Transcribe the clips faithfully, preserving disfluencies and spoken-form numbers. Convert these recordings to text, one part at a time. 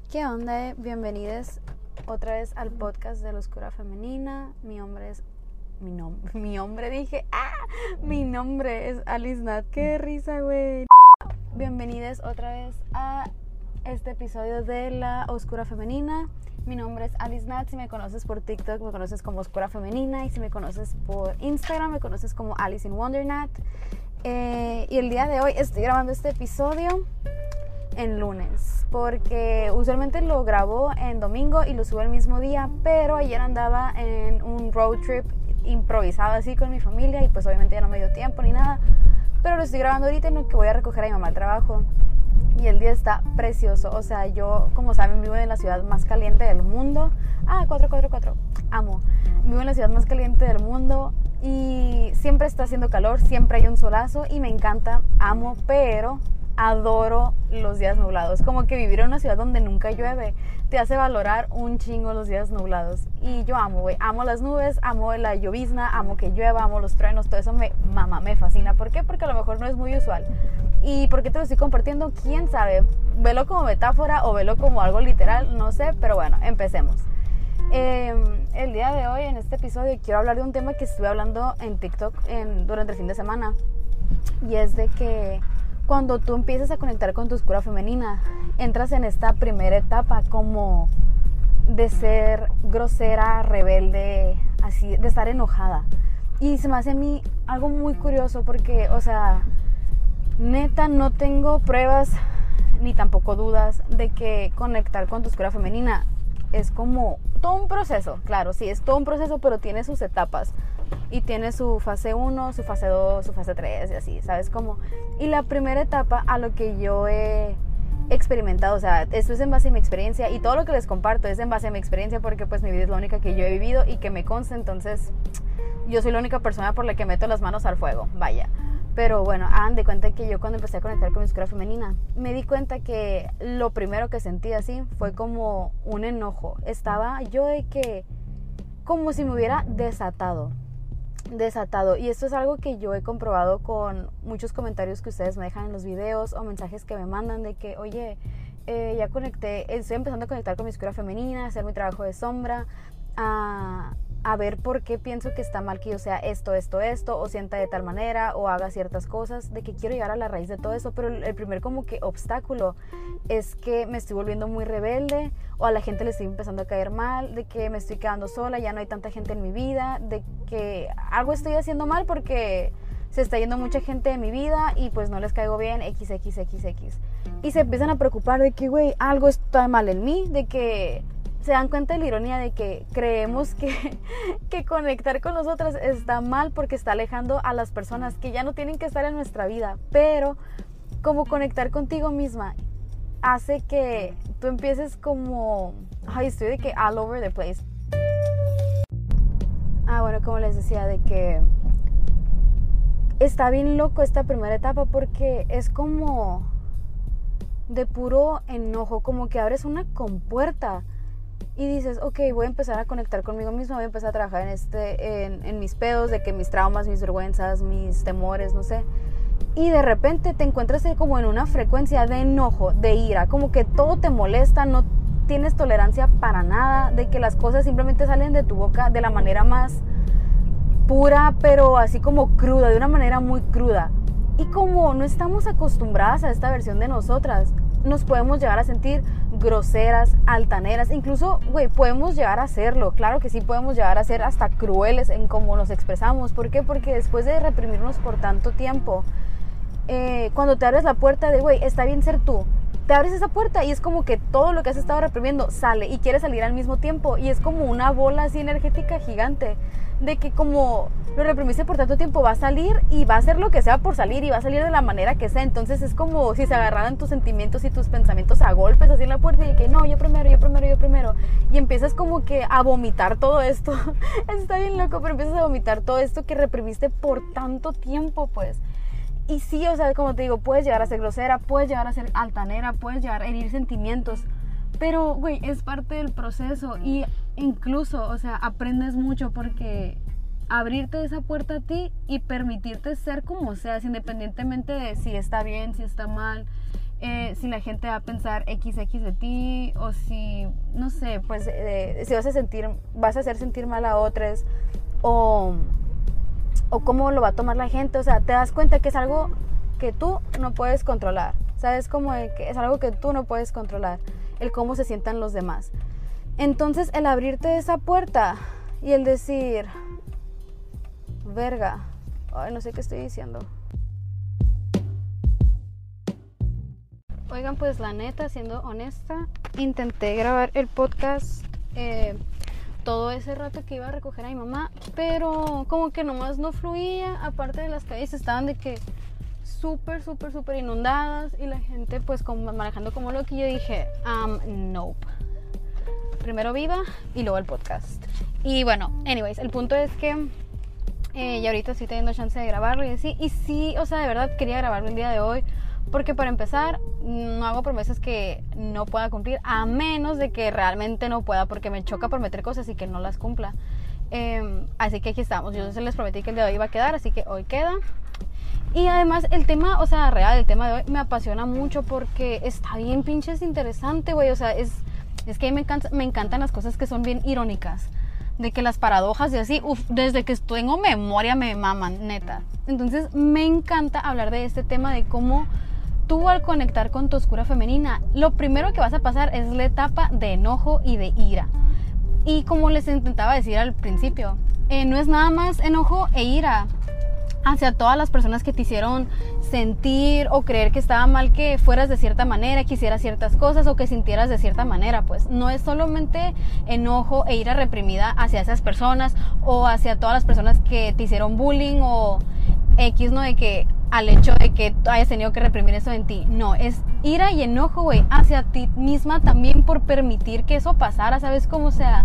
¿Qué onda? Bienvenidos otra vez al podcast de la Oscura Femenina. Mi nombre es... Mi nombre... Mi nombre dije... ¡Ah! Mi nombre es Alice Nat. ¡Qué risa, güey! Bienvenidos otra vez a este episodio de la Oscura Femenina. Mi nombre es Alice Nat. Si me conoces por TikTok, me conoces como Oscura Femenina. Y si me conoces por Instagram, me conoces como Alice in Wonder Nat. Eh, y el día de hoy estoy grabando este episodio en lunes, porque usualmente lo grabo en domingo y lo subo el mismo día, pero ayer andaba en un road trip improvisado así con mi familia y pues obviamente ya no me dio tiempo ni nada, pero lo estoy grabando ahorita en lo que voy a recoger a mi mamá al trabajo. Y el día está precioso, o sea, yo, como saben, vivo en la ciudad más caliente del mundo. Ah, cuatro cuatro cuatro, amo. Vivo en la ciudad más caliente del mundo y siempre está haciendo calor, siempre hay un solazo y me encanta, amo, pero adoro los días nublados. Como que vivir en una ciudad donde nunca llueve te hace valorar un chingo los días nublados. Y yo amo, güey, amo las nubes, amo la llovizna, amo que llueva, amo los truenos, todo eso me mama, me fascina. ¿Por qué? Porque a lo mejor no es muy usual. ¿Y por qué te lo estoy compartiendo? ¿Quién sabe? Velo como metáfora o velo como algo literal, no sé, pero bueno, empecemos. Eh, el día de hoy, en este episodio, quiero hablar de un tema que estuve hablando en TikTok en, durante el fin de semana. Y es de que cuando tú empiezas a conectar con tu oscura femenina, entras en esta primera etapa como de ser grosera, rebelde, así, de estar enojada. Y se me hace a mí algo muy curioso porque, o sea, neta no tengo pruebas ni tampoco dudas de que conectar con tu oscura femenina es como todo un proceso. Claro, sí, es todo un proceso, pero tiene sus etapas. Y tiene su fase uno, su fase dos, su fase tres y así, ¿sabes cómo? Y la primera etapa a lo que yo he experimentado, o sea, esto es en base a mi experiencia y todo lo que les comparto es en base a mi experiencia porque pues mi vida es la única que yo he vivido y que me consta, entonces yo soy la única persona por la que meto las manos al fuego, vaya. Pero bueno, hagan de cuenta que yo cuando empecé a conectar con mi oscura femenina, me di cuenta que lo primero que sentí así fue como un enojo. Estaba yo de que, como si me hubiera desatado. desatado y esto es algo que yo he comprobado con muchos comentarios que ustedes me dejan en los videos o mensajes que me mandan de que, oye, eh, ya conecté, estoy empezando a conectar con mi oscura femenina, a hacer mi trabajo de sombra, a, a ver por qué pienso que está mal que yo sea esto, esto, esto, o sienta de tal manera, o haga ciertas cosas, de que quiero llegar a la raíz de todo eso, pero el primer como que obstáculo es que me estoy volviendo muy rebelde, o a la gente le estoy empezando a caer mal, de que me estoy quedando sola, ya no hay tanta gente en mi vida, de que algo estoy haciendo mal porque se está yendo mucha gente de mi vida y pues no les caigo bien, equis equis equis equis. Y se empiezan a preocupar de que, güey, algo está mal en mí, de que se dan cuenta de la ironía de que creemos que, que conectar con nosotras está mal porque está alejando a las personas que ya no tienen que estar en nuestra vida, pero como conectar contigo misma hace que tú empieces como, ay, estoy de que all over the place. Ah, bueno, como les decía, de que está bien loco esta primera etapa porque es como de puro enojo, como que abres una compuerta y dices, ok, voy a empezar a conectar conmigo misma, voy a empezar a trabajar en, este, en, en mis pedos, de que mis traumas, mis vergüenzas, mis temores, no sé. Y de repente te encuentras como en una frecuencia de enojo, de ira, como que todo te molesta, no tienes tolerancia para nada, de que las cosas simplemente salen de tu boca de la manera más pura, pero así como cruda, de una manera muy cruda. Y como no estamos acostumbradas a esta versión de nosotras, nos podemos llegar a sentir groseras, altaneras, incluso, güey, podemos llegar a hacerlo, claro que sí, podemos llegar a ser hasta crueles en cómo nos expresamos. ¿Por qué? Porque después de reprimirnos por tanto tiempo, eh, cuando te abres la puerta de, güey, está bien ser tú, te abres esa puerta y es como que todo lo que has estado reprimiendo sale y quiere salir al mismo tiempo y es como una bola así energética gigante de que como lo reprimiste por tanto tiempo va a salir y va a hacer lo que sea por salir y va a salir de la manera que sea. Entonces es como si se agarraran tus sentimientos y tus pensamientos a golpes así en la puerta y de que no, yo primero, yo primero, yo primero y empiezas como que a vomitar todo esto. Está bien loco, pero empiezas a vomitar todo esto que reprimiste por tanto tiempo, pues. Y sí, o sea, como te digo, puedes llegar a ser grosera, puedes llegar a ser altanera, puedes llegar a herir sentimientos, pero, güey, es parte del proceso y incluso, o sea, aprendes mucho porque abrirte esa puerta a ti y permitirte ser como seas, independientemente de si está bien, si está mal, eh, si la gente va a pensar equis equis de ti, o si, no sé, pues eh, si vas a sentir, vas a hacer sentir mal a otros, o, o cómo lo va a tomar la gente. O sea, te das cuenta que es algo que tú no puedes controlar, ¿sabes? Como de que es algo que tú no puedes controlar, el cómo se sientan los demás. Entonces, el abrirte esa puerta y el decir, verga, ay, no sé qué estoy diciendo. Oigan, pues la neta, siendo honesta, intenté grabar el podcast eh, todo ese rato que iba a recoger a mi mamá, pero como que nomás no fluía. Aparte de las calles estaban de que súper, súper, súper inundadas y la gente pues como manejando como loco, y yo dije, um, nope. Primero viva y luego el podcast. Y bueno, anyways, el punto es que eh, ya ahorita estoy teniendo chance de grabarlo y así. Y sí, o sea, de verdad quería grabarlo el día de hoy, porque para empezar, no hago promesas que no pueda cumplir, a menos de que realmente no pueda, porque me choca prometer cosas y que no las cumpla. Eh, así que aquí estamos. Yo se les prometí que el de hoy iba a quedar, así que hoy queda. Y además el tema, o sea, real, el tema de hoy me apasiona mucho porque está bien pinches interesante, güey. O sea, es, es que a mí me, encanta, me encantan las cosas que son bien irónicas. De que las paradojas y así, uf, desde que tengo memoria me maman, neta. Entonces me encanta hablar de este tema, de cómo tú al conectar con tu oscura femenina, lo primero que vas a pasar es la etapa de enojo y de ira. Y como les intentaba decir al principio, eh, no es nada más enojo e ira hacia todas las personas que te hicieron sentir o creer que estaba mal que fueras de cierta manera, que hicieras ciertas cosas o que sintieras de cierta manera. Pues no es solamente enojo e ira reprimida hacia esas personas o hacia todas las personas que te hicieron bullying o X, ¿no? De que al hecho de que hayas tenido que reprimir eso en ti. No, es ira y enojo, güey, hacia ti misma también por permitir que eso pasara, ¿sabes cómo? O sea,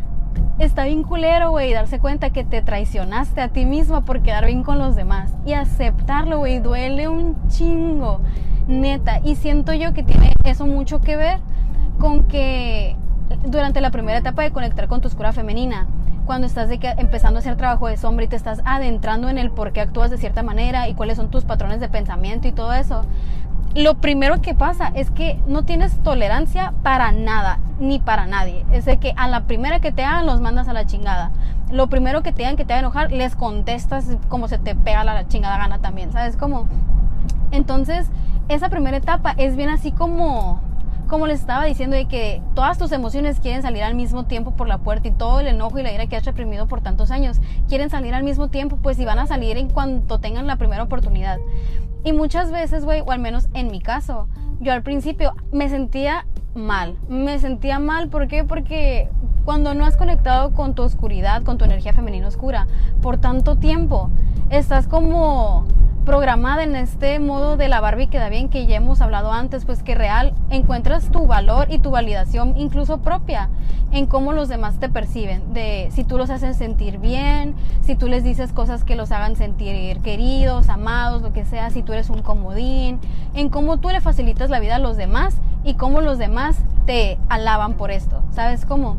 está bien culero, güey, darse cuenta que te traicionaste a ti misma por quedar bien con los demás. Y aceptarlo, güey, duele un chingo, neta. Y siento yo que tiene eso mucho que ver con que durante la primera etapa de conectar con tu oscura femenina, cuando estás de que empezando a hacer trabajo de sombra y te estás adentrando en el por qué actúas de cierta manera y cuáles son tus patrones de pensamiento y todo eso, lo primero que pasa es que no tienes tolerancia para nada, ni para nadie. Es de que a la primera que te hagan, los mandas a la chingada. Lo primero que te hagan, que te hagan enojar, les contestas como se te pega la chingada gana también, ¿sabes cómo? Entonces, esa primera etapa es bien así como... como les estaba diciendo, de que todas tus emociones quieren salir al mismo tiempo por la puerta, y todo el enojo y la ira que has reprimido por tantos años quieren salir al mismo tiempo, pues, y van a salir en cuanto tengan la primera oportunidad. Y muchas veces, güey, o al menos en mi caso, yo al principio me sentía mal, me sentía mal, ¿por qué? Porque cuando no has conectado con tu oscuridad, con tu energía femenina oscura por tanto tiempo, estás como programada en este modo de la Barbie queda bien, que ya hemos hablado antes, pues que real encuentras tu valor y tu validación incluso propia en cómo los demás te perciben, de si tú los haces sentir bien, si tú les dices cosas que los hagan sentir queridos, amados, lo que sea, si tú eres un comodín, en cómo tú le facilitas la vida a los demás y cómo los demás te alaban por esto, ¿sabes cómo?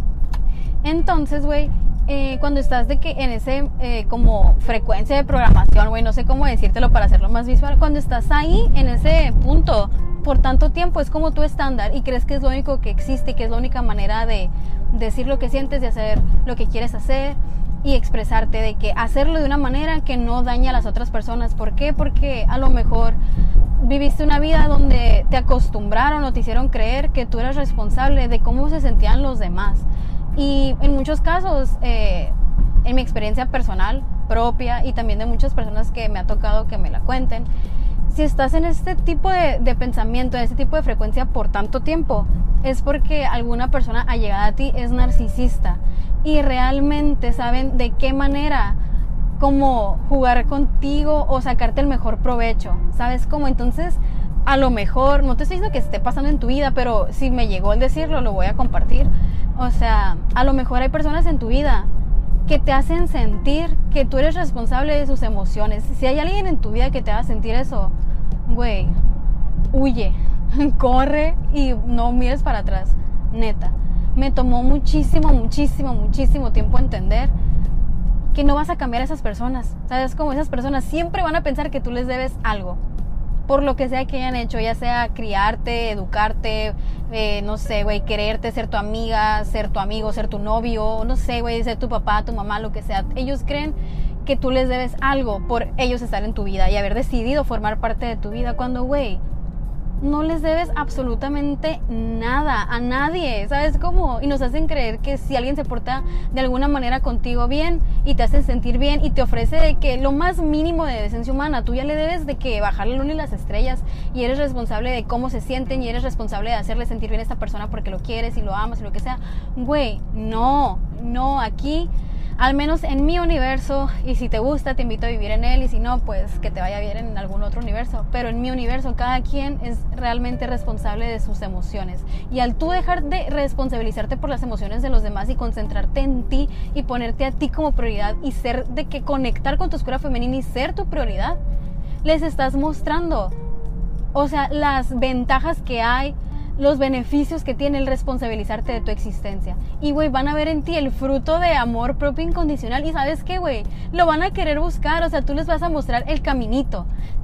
Entonces, güey, Eh, cuando estás de que en ese eh, como frecuencia de programación, güey, no sé cómo decírtelo para hacerlo más visual, cuando estás ahí en ese punto por tanto tiempo, es como tu estándar y crees que es lo único que existe, que es la única manera de decir lo que sientes, de hacer lo que quieres hacer y expresarte, de que hacerlo de una manera que no daña a las otras personas. ¿Por qué? Porque a lo mejor viviste una vida donde te acostumbraron o te hicieron creer que tú eras responsable de cómo se sentían los demás. Y en muchos casos, eh, en mi experiencia personal, propia, y también de muchas personas que me ha tocado que me la cuenten, si estás en este tipo de, de pensamiento, en este tipo de frecuencia por tanto tiempo, es porque alguna persona allegada a ti es narcisista y realmente saben de qué manera como jugar contigo o sacarte el mejor provecho, ¿sabes cómo? Entonces, a lo mejor, no te estoy diciendo que esté pasando en tu vida, pero si me llegó el decirlo, lo voy a compartir. O sea, a lo mejor hay personas en tu vida que te hacen sentir que tú eres responsable de sus emociones. Si hay alguien en tu vida que te haga sentir eso, güey, huye, corre y no mires para atrás, neta. Me tomó muchísimo, muchísimo, muchísimo tiempo entender que no vas a cambiar a esas personas. ¿Sabes cómo? Esas personas siempre van a pensar que tú les debes algo. por lo que sea que hayan hecho, ya sea criarte, educarte, eh, no sé, güey, quererte, ser tu amiga, ser tu amigo, ser tu novio, no sé, güey, ser tu papá, tu mamá, lo que sea. Ellos creen que tú les debes algo por ellos estar en tu vida y haber decidido formar parte de tu vida, cuando, güey, no les debes absolutamente nada a nadie, ¿sabes cómo? Y nos hacen creer que si alguien se porta de alguna manera contigo bien y te hace sentir bien y te ofrece de que lo más mínimo de decencia humana, tú ya le debes de que bajarle el luna y las estrellas y eres responsable de cómo se sienten y eres responsable de hacerle sentir bien a esta persona porque lo quieres y lo amas y lo que sea. Güey, no, no, aquí... Al menos en mi universo, y si te gusta te invito a vivir en él, y si no, pues que te vaya bien en algún otro universo. Pero en mi universo cada quien es realmente responsable de sus emociones. Y al tú dejar de responsabilizarte por las emociones de los demás y concentrarte en ti y ponerte a ti como prioridad y ser de que conectar con tu oscura femenina y ser tu prioridad, les estás mostrando, o sea, las ventajas que hay, los beneficios que tiene el responsabilizarte de tu existencia. Y, güey, van a ver en ti el fruto de amor propio incondicional. Y ¿sabes qué, güey? Lo van a querer buscar. O sea, tú les vas a mostrar el caminito.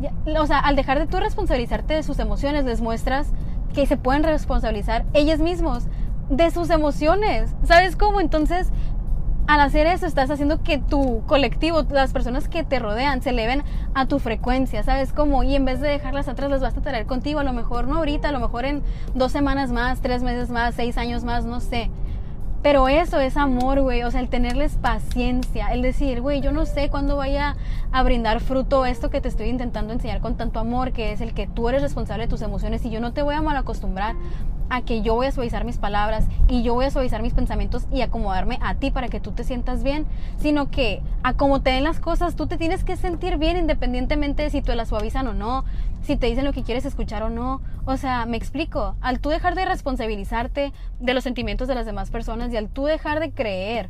O sea, al dejar de tú responsabilizarte de sus emociones, les muestras que se pueden responsabilizar ellos mismos de sus emociones. ¿Sabes cómo? Entonces, al hacer eso, estás haciendo que tu colectivo, las personas que te rodean, se eleven a tu frecuencia, ¿sabes cómo? Y en vez de dejarlas atrás, las vas a traer contigo, a lo mejor no ahorita, a lo mejor en dos semanas más, tres meses más, seis años más, no sé. Pero eso es amor, güey, o sea, el tenerles paciencia, el decir, güey, yo no sé cuándo vaya a brindar fruto esto que te estoy intentando enseñar con tanto amor, que es el que tú eres responsable de tus emociones y yo no te voy a mal acostumbrar a que yo voy a suavizar mis palabras y yo voy a suavizar mis pensamientos y acomodarme a ti para que tú te sientas bien, sino que a como te den las cosas, tú te tienes que sentir bien independientemente de si te las suavizan o no, si te dicen lo que quieres escuchar o no. O sea, me explico, al tú dejar de responsabilizarte de los sentimientos de las demás personas y al tú dejar de creer,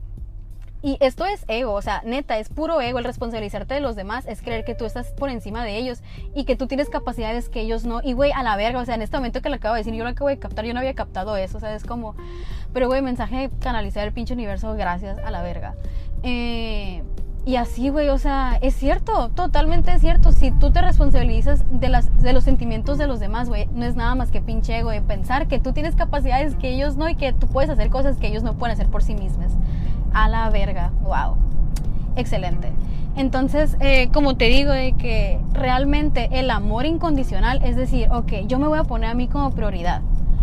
y esto es ego, o sea, neta, es puro ego. El responsabilizarte de los demás es creer que tú estás por encima de ellos y que tú tienes capacidades que ellos no. Y, güey, a la verga, o sea, en este momento que lo acabo de decir, yo lo acabo de captar, yo no había captado eso, o sea, es como... Pero, güey, mensaje canalizar el pinche universo, gracias a la verga. Eh... Y así, güey, o sea, es cierto, totalmente es cierto. Si tú te responsabilizas de, las, de los sentimientos de los demás, güey, no es nada más que pinche ego de pensar que tú tienes capacidades que ellos no y que tú puedes hacer cosas que ellos no pueden hacer por sí mismos. A la verga, wow, excelente. Entonces, eh, como te digo, de que realmente el amor incondicional es decir, ok, yo me voy a poner a mí como prioridad.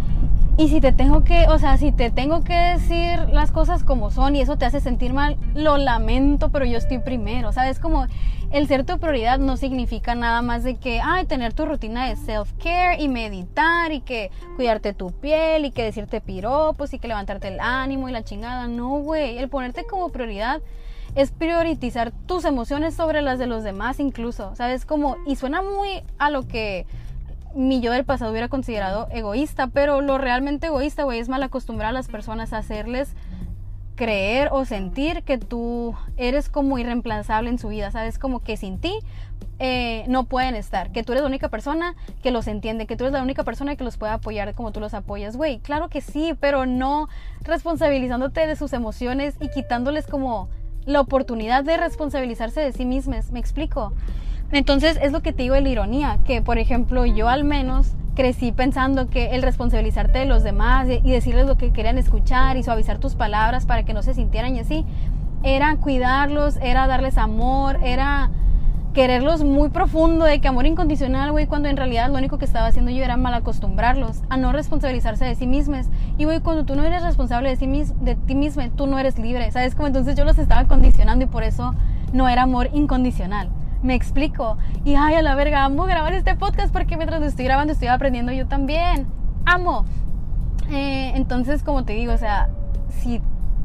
Y si te tengo que, o sea, si te tengo que decir las cosas como son y eso te hace sentir mal, lo lamento, pero yo estoy primero, ¿sabes? Como el ser tu prioridad no significa nada más de que, ay, tener tu rutina de self-care y meditar y que cuidarte tu piel y que decirte piropos y que levantarte el ánimo y la chingada. No, güey, el ponerte como prioridad es priorizar tus emociones sobre las de los demás incluso, ¿sabes? Como, y suena muy a lo que mi yo del pasado hubiera considerado egoísta, pero lo realmente egoísta, güey, es mal acostumbrar a las personas a hacerles creer o sentir que tú eres como irreemplazable en su vida, ¿sabes? Como que sin ti eh, no pueden estar, que tú eres la única persona que los entiende, que tú eres la única persona que los puede apoyar como tú los apoyas, güey, claro que sí, pero no responsabilizándote de sus emociones y quitándoles como la oportunidad de responsabilizarse de sí mismos, ¿me explico? Entonces es lo que te digo de la ironía, que por ejemplo yo al menos crecí pensando que el responsabilizarte de los demás y decirles lo que querían escuchar y suavizar tus palabras para que no se sintieran y así, era cuidarlos, era darles amor, era quererlos muy profundo, de que amor incondicional, güey, cuando en realidad lo único que estaba haciendo yo era mal acostumbrarlos a no responsabilizarse de sí mismos. Y güey, cuando tú no eres responsable de, sí mis, de ti mismo, tú no eres libre, ¿sabes? Como entonces yo los estaba condicionando y por eso no era amor incondicional. Me explico. Y ay, a la verga, amo grabar este podcast porque mientras lo estoy grabando estoy aprendiendo yo también. Amo. Eh, entonces, como te digo, o sea, si,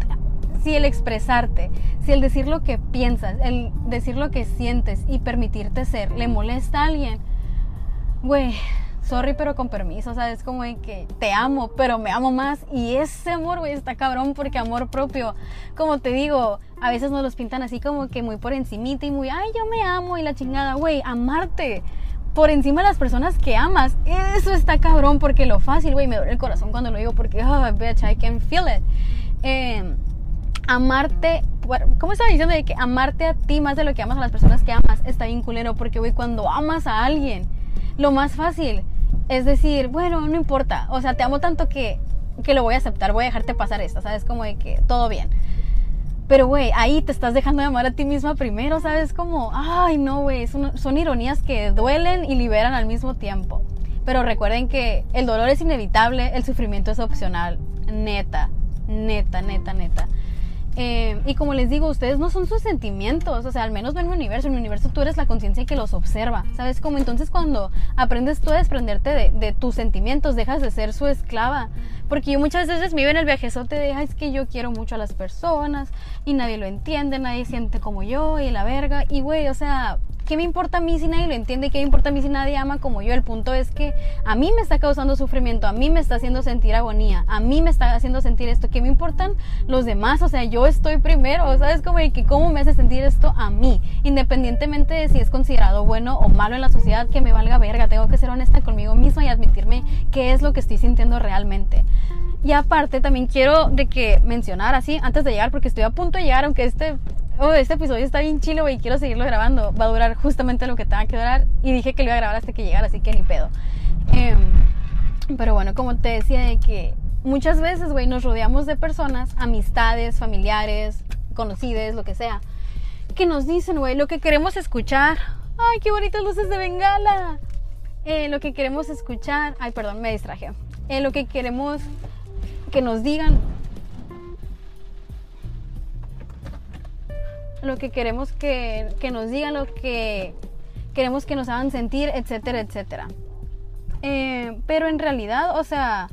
si el expresarte, si el decir lo que piensas, el decir lo que sientes y permitirte ser, le molesta a alguien, güey, sorry, pero con permiso, o sea, es como de que te amo, pero me amo más. Y ese amor, güey, está cabrón porque amor propio, como te digo, a veces nos los pintan así como que muy por encimita y muy, ay, yo me amo y la chingada, güey, amarte por encima de las personas que amas, eso está cabrón porque lo fácil, güey, me duele el corazón cuando lo digo porque, oh, bitch, I can feel it. Eh, amarte, ¿cómo estaba diciendo? De que amarte a ti más de lo que amas a las personas que amas está bien culero porque, güey, cuando amas a alguien, lo más fácil es decir, bueno, no importa, o sea, te amo tanto que, que lo voy a aceptar, voy a dejarte pasar esta, ¿sabes? Como de que todo bien. Pero, güey, ahí te estás dejando de amar a ti misma primero, ¿sabes? Como, ay, no, güey, son, son ironías que duelen y liberan al mismo tiempo. Pero recuerden que el dolor es inevitable, el sufrimiento es opcional, neta, neta, neta, neta. Eh, y como les digo, ustedes no son sus sentimientos, o sea, al menos no en mi universo. En mi universo tú eres la conciencia que los observa, ¿sabes? Como entonces cuando aprendes tú a desprenderte de, de tus sentimientos, dejas de ser su esclava. Porque yo muchas veces me iba en el viajezote de, ay, es que yo quiero mucho a las personas y nadie lo entiende, nadie siente como yo y la verga. Y güey, o sea, ¿qué me importa a mí si nadie lo entiende? ¿Qué me importa a mí si nadie ama como yo? El punto es que a mí me está causando sufrimiento, a mí me está haciendo sentir agonía, a mí me está haciendo sentir esto. ¿Qué me importan los demás? O sea, yo estoy primero, ¿sabes? Como de que cómo me hace sentir esto a mí, independientemente de si es considerado bueno o malo en la sociedad, que me valga verga. Tengo que ser honesta conmigo misma y admitirme qué es lo que estoy sintiendo realmente. Y aparte también quiero de que mencionar así antes de llegar, porque estoy a punto de llegar, aunque este oh, este episodio está bien chilo, güey, quiero seguirlo grabando, va a durar justamente lo que tenga que durar y dije que lo iba a grabar hasta que llegara, así que ni pedo. eh, pero bueno, como te decía, de que muchas veces, güey, nos rodeamos de personas, amistades, familiares, conocidos, lo que sea, que nos dicen, güey, lo que queremos escuchar. Ay, qué bonitas luces de bengala. Eh, lo que queremos escuchar, ay, perdón, me distraje. Eh, lo que queremos que nos digan, lo que queremos que, que nos digan, lo que queremos que nos hagan sentir, etcétera, etcétera. Eh, pero en realidad, o sea,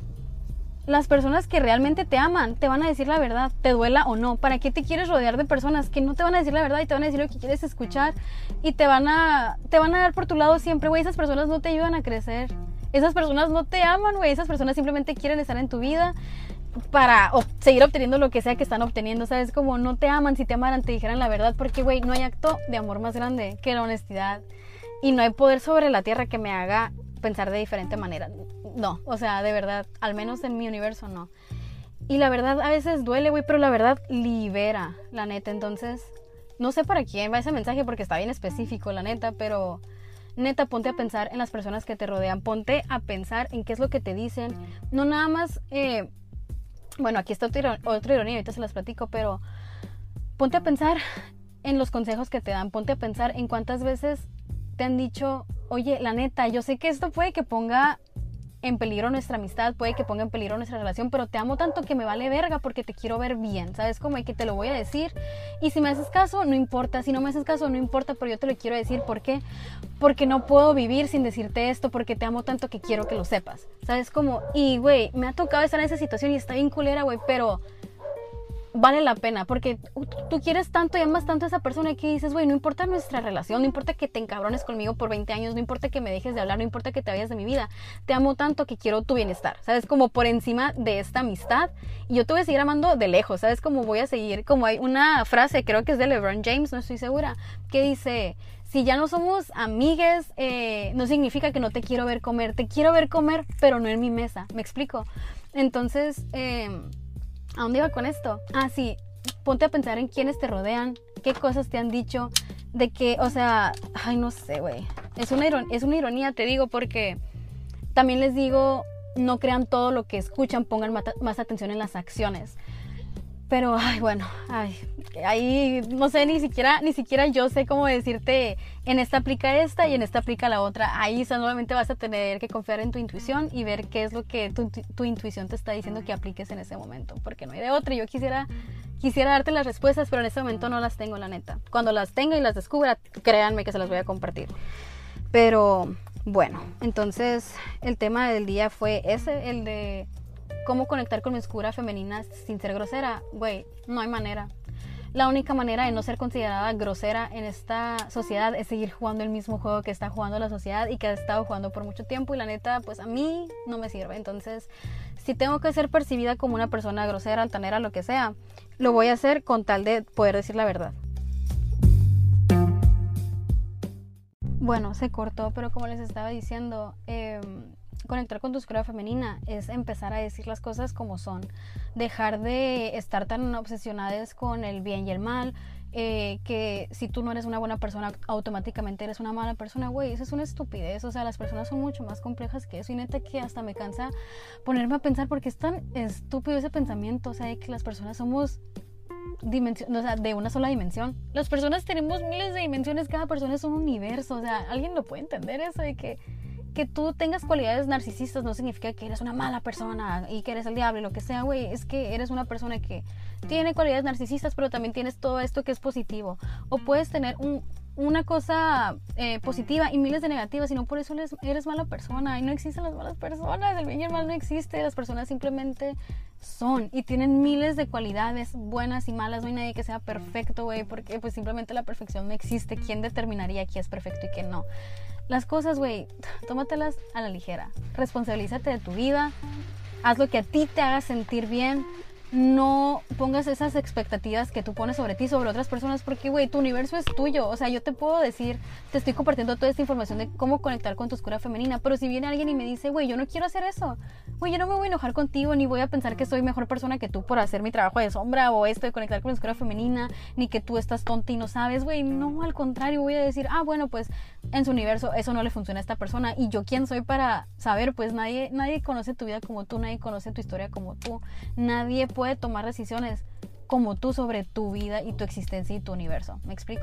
las personas que realmente te aman te van a decir la verdad, te duela o no. ¿Para qué te quieres rodear de personas que no te van a decir la verdad y te van a decir lo que quieres escuchar y te van a, te van a dar por tu lado siempre, güey? Esas personas no te ayudan a crecer. Esas personas no te aman, güey. Esas personas simplemente quieren estar en tu vida para ob- seguir obteniendo lo que sea que están obteniendo, ¿sabes? Como no te aman. Si te amaran, te dijeran la verdad, porque, güey, no hay acto de amor más grande que la honestidad. Y no hay poder sobre la tierra que me haga pensar de diferente manera. No, o sea, de verdad, al menos en mi universo, no. Y la verdad a veces duele, güey, pero la verdad libera, la neta. Entonces, no sé para quién va ese mensaje porque está bien específico, la neta, pero neta, ponte a pensar en las personas que te rodean, ponte a pensar en qué es lo que te dicen. No nada más, eh, bueno, aquí está otra, otra ironía, ahorita se las platico, pero ponte a pensar en los consejos que te dan, ponte a pensar en cuántas veces te han dicho, oye, la neta, yo sé que esto puede que ponga en peligro nuestra amistad, puede que ponga en peligro nuestra relación, pero te amo tanto que me vale verga porque te quiero ver bien, ¿sabes? Como que te lo voy a decir y si me haces caso, no importa, si no me haces caso, no importa, pero yo te lo quiero decir. ¿Por qué? Porque no puedo vivir sin decirte esto, porque te amo tanto que quiero que lo sepas, ¿sabes? Como, y güey, me ha tocado estar en esa situación y está bien culera, güey, pero vale la pena, porque tú quieres tanto y amas tanto a esa persona que dices, güey, no importa nuestra relación, no importa que te encabrones conmigo por veinte años, no importa que me dejes de hablar, no importa que te vayas de mi vida, te amo tanto que quiero tu bienestar, ¿sabes? Como por encima de esta amistad, y yo te voy a seguir amando de lejos, ¿sabes? Como voy a seguir, como hay una frase, creo que es de LeBron James, no estoy segura, que dice, si ya no somos amigues, eh, no significa que no te quiero ver comer, te quiero ver comer, pero no en mi mesa, ¿me explico? Entonces, eh... ¿a dónde iba con esto? Ah, sí, ponte a pensar en quiénes te rodean, qué cosas te han dicho, de que, o sea, ay, no sé, güey. Es una iron- es una ironía, te digo, porque también les digo, no crean todo lo que escuchan, pongan mata- más atención en las acciones. Pero, ay, bueno, ay, ahí no sé, ni siquiera, ni siquiera yo sé cómo decirte, en esta aplica esta y en esta aplica la otra. Ahí solamente vas a tener que confiar en tu intuición y ver qué es lo que tu, tu intuición te está diciendo que apliques en ese momento, porque no hay de otra. Yo quisiera, quisiera darte las respuestas, pero en este momento no las tengo, la neta. Cuando las tenga y las descubra, créanme que se las voy a compartir. Pero, bueno, entonces el tema del día fue ese, el de cómo conectar con mi oscura femenina sin ser grosera. Güey, no hay manera. La única manera de no ser considerada grosera en esta sociedad es seguir jugando el mismo juego que está jugando la sociedad y que ha estado jugando por mucho tiempo, y la neta, pues a mí no me sirve. Entonces, si tengo que ser percibida como una persona grosera, altanera, lo que sea, lo voy a hacer con tal de poder decir la verdad. Bueno, se cortó, pero como les estaba diciendo, eh, conectar con tu oscura femenina es empezar a decir las cosas como son, dejar de estar tan obsesionadas con el bien y el mal, eh, que si tú no eres una buena persona, automáticamente eres una mala persona, güey, eso es una estupidez. O sea, las personas son mucho más complejas que eso, y neta que hasta me cansa ponerme a pensar, porque es tan estúpido ese pensamiento, o sea, de que las personas somos dimensión, o sea, de una sola dimensión. Las personas tenemos miles de dimensiones, cada persona es un universo. O sea, ¿alguien lo puede entender eso? De que que tú tengas cualidades narcisistas no significa que eres una mala persona y que eres el diablo y lo que sea, güey. Es que eres una persona que tiene cualidades narcisistas, pero también tienes todo esto que es positivo. O puedes tener un, una cosa eh, positiva y miles de negativas, y no por eso eres, eres mala persona. Y no existen las malas personas, el bien y el mal no existe. Las personas simplemente son y tienen miles de cualidades buenas y malas. No hay nadie que sea perfecto, güey, porque pues simplemente la perfección no existe. ¿Quién determinaría quién es perfecto y quién no? Las cosas, güey, tómatelas a la ligera. Responsabilízate de tu vida. Haz lo que a ti te haga sentir bien. No pongas esas expectativas que tú pones sobre ti, sobre otras personas, porque, güey, tu universo es tuyo. O sea, yo te puedo decir, te estoy compartiendo toda esta información de cómo conectar con tu oscura femenina, pero si viene alguien y me dice, güey, yo no quiero hacer eso, güey, yo no me voy a enojar contigo, ni voy a pensar que soy mejor persona que tú por hacer mi trabajo de sombra o esto de conectar con la oscura femenina, ni que tú estás tonta y no sabes, güey. No, al contrario, voy a decir, ah, bueno, pues en su universo eso no le funciona a esta persona, y yo quién soy para saber. Pues nadie, nadie conoce tu vida como tú, nadie conoce tu historia como tú, nadie puede tomar decisiones como tú sobre tu vida y tu existencia y tu universo. ¿Me explico?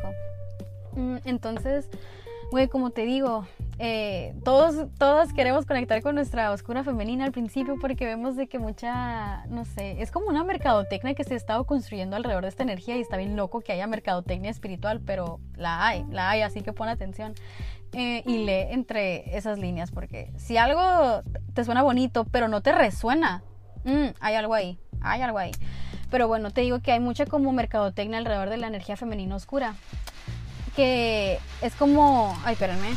Entonces, güey, como te digo, eh, todos, todas queremos conectar con nuestra oscura femenina al principio, porque vemos de que mucha, no sé, es como una mercadotecnia que se ha estado construyendo alrededor de esta energía, y está bien loco que haya mercadotecnia espiritual, pero la hay, la hay, así que pon atención. Eh, y lee entre esas líneas, porque si algo te suena bonito pero no te resuena, mmm, hay algo ahí, hay algo ahí. Pero bueno, te digo que hay mucha como mercadotecnia alrededor de la energía femenina oscura, que es como, ay, espérenme,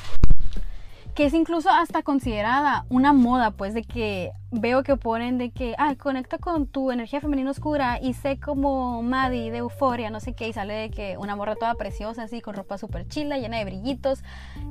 que es incluso hasta considerada una moda, pues, de que veo que ponen de que, ah, conecta con tu energía femenina oscura y sé como Maddie de Euphoria, no sé qué, y sale de que una morra toda preciosa así, con ropa súper chila, llena de brillitos,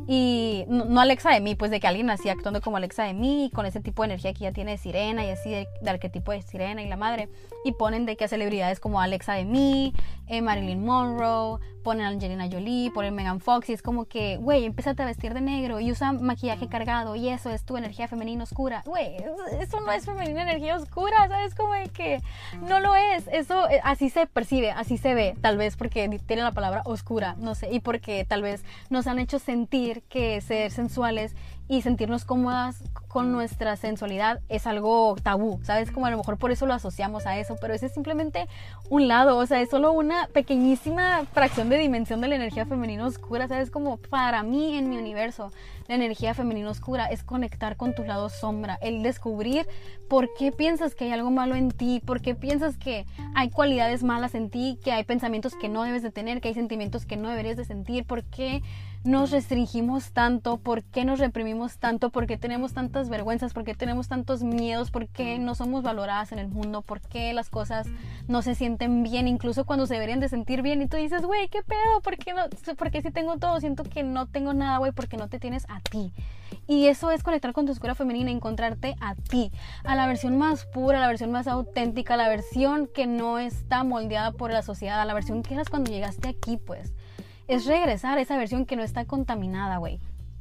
y no, no Alexa de mí, pues de que alguien así actuando como Alexa de mí, con ese tipo de energía que ya tiene de sirena y así de, de arquetipo de sirena y la madre, y ponen de que a celebridades como Alexa de mí, eh, Marilyn Monroe, ponen a Angelina Jolie, ponen Megan Fox, y es como que, güey, empiezas a vestir de negro y usa maquillaje cargado, y eso es tu energía femenina oscura. Güey, eso no es femenina energía oscura, ¿sabes? Como de que no lo es. Eso así se percibe, así se ve, tal vez porque tiene la palabra oscura, no sé, y porque tal vez nos han hecho sentir que ser sensuales y sentirnos cómodas con nuestra sensualidad es algo tabú, ¿sabes? Como a lo mejor por eso lo asociamos a eso, pero ese es simplemente un lado, o sea, es solo una pequeñísima fracción de dimensión de la energía femenina oscura, ¿sabes? Como para mí, en mi universo, la energía femenina oscura es conectar con tu lado sombra, el descubrir por qué piensas que hay algo malo en ti, por qué piensas que hay cualidades malas en ti, que hay pensamientos que no debes de tener, que hay sentimientos que no deberías de sentir, por qué nos restringimos tanto, por qué nos reprimimos tanto, por qué tenemos tantas vergüenzas, por qué tenemos tantos miedos, por qué no somos valoradas en el mundo, por qué las cosas no se sienten bien, incluso cuando se deberían de sentir bien, y tú dices, güey, ¿qué pedo? ¿Por qué no? ¿Por qué si tengo todo? Siento que no tengo nada, güey, porque no te tienes a ti. Y eso es conectar con tu oscura femenina, encontrarte a ti, a la versión más pura, a la versión más auténtica, a la versión que no está moldeada por la sociedad, a la versión que eras cuando llegaste aquí, pues. Es regresar a esa versión que no está contaminada, güey.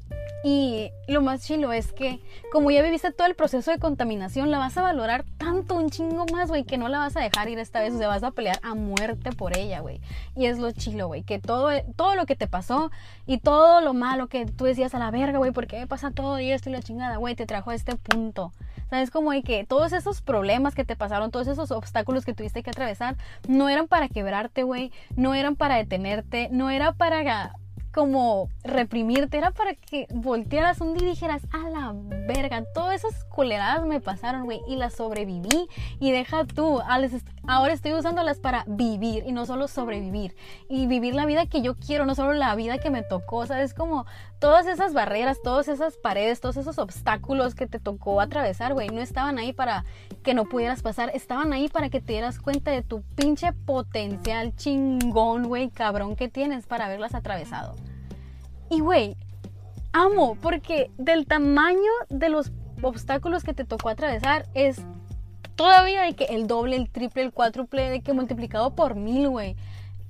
Y lo más chilo es que como ya viviste todo el proceso de contaminación, la vas a valorar tanto, un chingo más, güey, que no la vas a dejar ir esta vez. O sea, vas a pelear a muerte por ella, güey. Y es lo chilo, güey, que todo, todo lo que te pasó y todo lo malo que tú decías, a la verga, güey, ¿por qué me pasa todo y esto y la chingada, güey? Te trajo a este punto. ¿Sabes? Como de que todos esos problemas que te pasaron, todos esos obstáculos que tuviste que atravesar, no eran para quebrarte, güey, no eran para detenerte, no era para como reprimirte, era para que voltearas un día y dijeras, a la verga, todas esas culeradas me pasaron, güey, y las sobreviví, y deja tú, ahora estoy usándolas para vivir y no solo sobrevivir, y vivir la vida que yo quiero, no solo la vida que me tocó, ¿sabes? Como todas esas barreras, todas esas paredes, todos esos obstáculos que te tocó atravesar, güey, no estaban ahí para que no pudieras pasar, estaban ahí para que te dieras cuenta de tu pinche potencial chingón, güey, cabrón que tienes para haberlas atravesado. Y, güey, amo, porque del tamaño de los obstáculos que te tocó atravesar es todavía de que el doble, el triple, el cuádruple, de que multiplicado por mil, güey.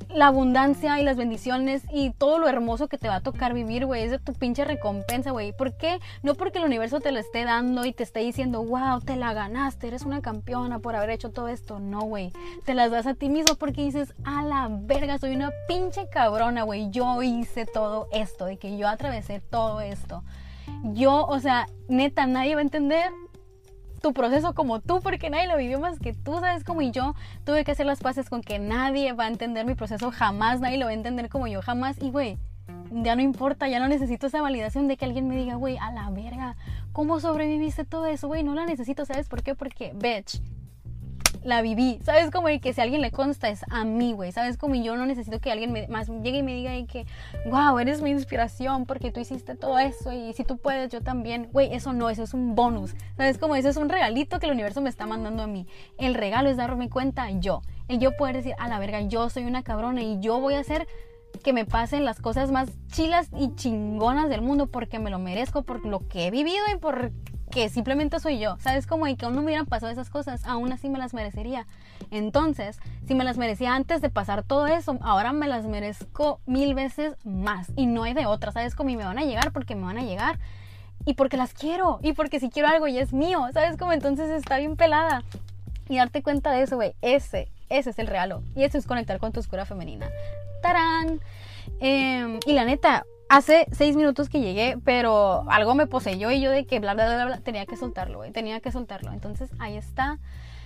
la abundancia y las bendiciones y todo lo hermoso que te va a tocar vivir, güey. Es de tu pinche recompensa, güey. ¿Por qué? No porque el universo te lo esté dando y te esté diciendo, wow, te la ganaste, eres una campeona por haber hecho todo esto. No, güey. Te las das a ti mismo porque dices, a la verga, soy una pinche cabrona, güey. Yo hice todo esto, de que yo atravesé todo esto. Yo, o sea, neta, nadie va a entender tu proceso como tú, porque nadie lo vivió más que tú, ¿sabes? Como y yo tuve que hacer las paces con que nadie va a entender mi proceso jamás, nadie lo va a entender como yo jamás, y güey, ya no importa, ya no necesito esa validación de que alguien me diga, güey, a la verga, ¿cómo sobreviviste todo eso, güey? No la necesito, ¿sabes por qué? Porque, bitch, la viví, ¿sabes? Como que si a alguien le consta es a mí, güey, ¿sabes? Como yo no necesito que alguien me, más llegue y me diga y que, wow, eres mi inspiración porque tú hiciste todo eso y si tú puedes, yo también. Güey, eso no, eso es un bonus, ¿sabes? Como eso es un regalito que el universo me está mandando a mí. El regalo es darme cuenta yo, el yo poder decir, a la verga, yo soy una cabrona y yo voy a hacer que me pasen las cosas más chilas y chingonas del mundo porque me lo merezco, por lo que he vivido y por... que simplemente soy yo, ¿sabes? Como y que aún no me hubieran pasado esas cosas, aún así me las merecería. Entonces, si me las merecía antes de pasar todo eso, ahora me las merezco mil veces más. Y no hay de otra, ¿sabes? Como y me van a llegar porque me van a llegar. Y porque las quiero. Y porque si quiero algo ya es mío, ¿sabes? Como entonces está bien pelada. Y darte cuenta de eso, güey. Ese, ese es el regalo. Y eso es conectar con tu oscura femenina. ¡Tarán! Eh, y la neta... Hace seis minutos que llegué, pero algo me poseyó y yo de que bla, bla, bla, bla, tenía que soltarlo, güey, tenía que soltarlo. Entonces, ahí está.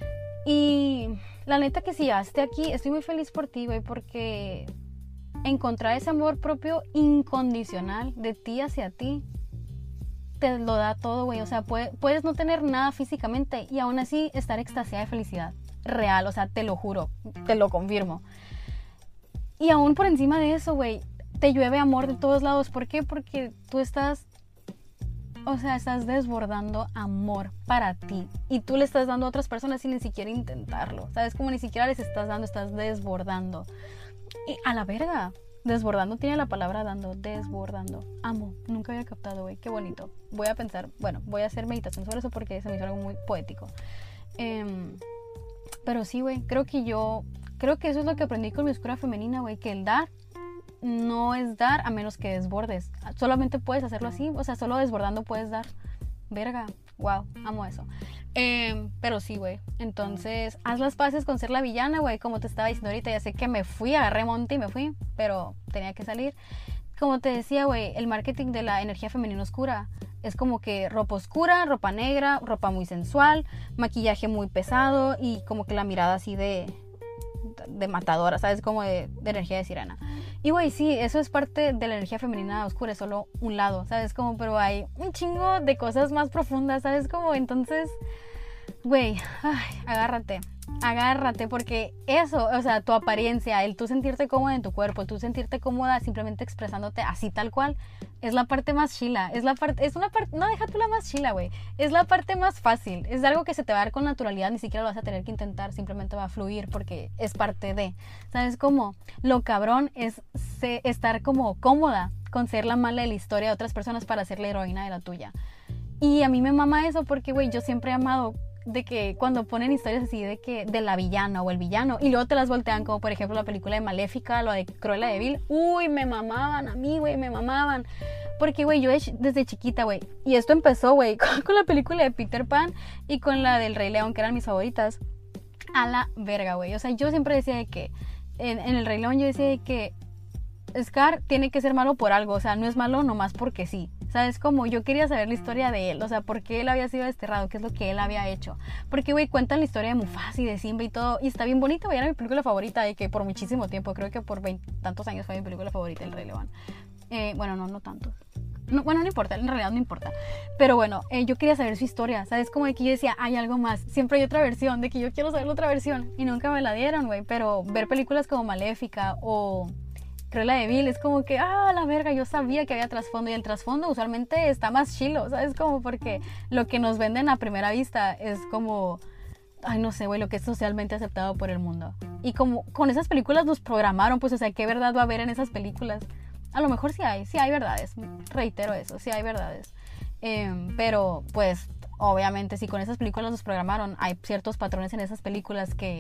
Y la neta que si llegaste aquí, estoy muy feliz por ti, güey, porque encontrar ese amor propio incondicional de ti hacia ti, te lo da todo, güey. O sea, puede, puedes no tener nada físicamente y aún así estar extasiada de felicidad real, o sea, te lo juro, te lo confirmo. Y aún por encima de eso, güey, te llueve amor de todos lados. ¿Por qué? Porque tú estás, o sea, estás desbordando amor para ti. Y tú le estás dando a otras personas sin ni siquiera intentarlo. ¿Sabes? Como ni siquiera les estás dando, estás desbordando. Y a la verga, desbordando tiene la palabra dando, desbordando. Amo, nunca había captado, güey, qué bonito. Voy a pensar, bueno, voy a hacer meditación sobre eso porque se me hizo algo muy poético. Eh, pero sí, güey, creo que yo, creo que eso es lo que aprendí con mi oscura femenina, güey, que el dar no es dar a menos que desbordes. Solamente puedes hacerlo así, o sea, solo desbordando puedes dar. Verga, wow, amo eso. Eh, pero sí, güey, entonces haz las paces con ser la villana, güey, como te estaba diciendo ahorita. Ya sé que me fui, agarré monte y me fui, pero tenía que salir. Como te decía, güey, el marketing de la energía femenina oscura es como que ropa oscura, ropa negra, ropa muy sensual, maquillaje muy pesado y como que la mirada así de... de matadora, ¿sabes? Como de, de energía de sirena. Y güey, sí, eso es parte de la energía femenina oscura, es solo un lado, ¿sabes? Como, pero hay un chingo de cosas más profundas, ¿sabes? Como, entonces, güey, agárrate, agárrate, porque eso, o sea, tu apariencia, el tú sentirte cómoda en tu cuerpo, tú sentirte cómoda simplemente expresándote así tal cual, es la parte más chila, es la parte, es una parte, no, deja tú la más chila, güey, es la parte más fácil, es algo que se te va a dar con naturalidad, ni siquiera lo vas a tener que intentar, simplemente va a fluir porque es parte de, ¿sabes cómo? Lo cabrón es se, estar como cómoda con ser la mala de la historia de otras personas para ser la heroína de la tuya. Y a mí me mama eso porque, güey, yo siempre he amado de que cuando ponen historias así de que de la villana o el villano y luego te las voltean, como por ejemplo la película de Maléfica, lo de Cruella de Vil, uy, me mamaban a mí, güey, me mamaban, porque, güey, yo desde chiquita, güey, y esto empezó, güey, con, con la película de Peter Pan y con la del Rey León, que eran mis favoritas, a la verga, güey, o sea, yo siempre decía de que en, en el Rey León yo decía de que Scar tiene que ser malo por algo, o sea, no es malo nomás porque sí, ¿sabes? Como yo quería saber la historia de él, o sea, por qué él había sido desterrado, qué es lo que él había hecho, porque, güey, cuentan la historia de Mufasa y de Simba y todo, y está bien bonita, güey, era mi película favorita, de que por muchísimo tiempo, creo que por veintitantos años fue mi película favorita, El Rey León, eh, bueno, no, no tanto. No, bueno, no importa, en realidad no importa. Pero bueno, eh, yo quería saber su historia, ¿sabes? Como de que yo decía, hay algo más. Siempre hay otra versión, de que yo quiero saber la otra versión. Y nunca me la dieron, güey. Pero ver películas como Maléfica o Cruella de Vil es como que, ah, la verga, yo sabía que había trasfondo. Y el trasfondo usualmente está más chilo, ¿sabes? Como porque lo que nos venden a primera vista es como, ay, no sé, güey, lo que es socialmente aceptado por el mundo. Y como con esas películas nos programaron, pues, o sea, ¿qué verdad va a haber en esas películas? A lo mejor sí hay, sí hay verdades, reitero eso, sí hay verdades, eh, pero pues obviamente si con esas películas nos programaron, hay ciertos patrones en esas películas que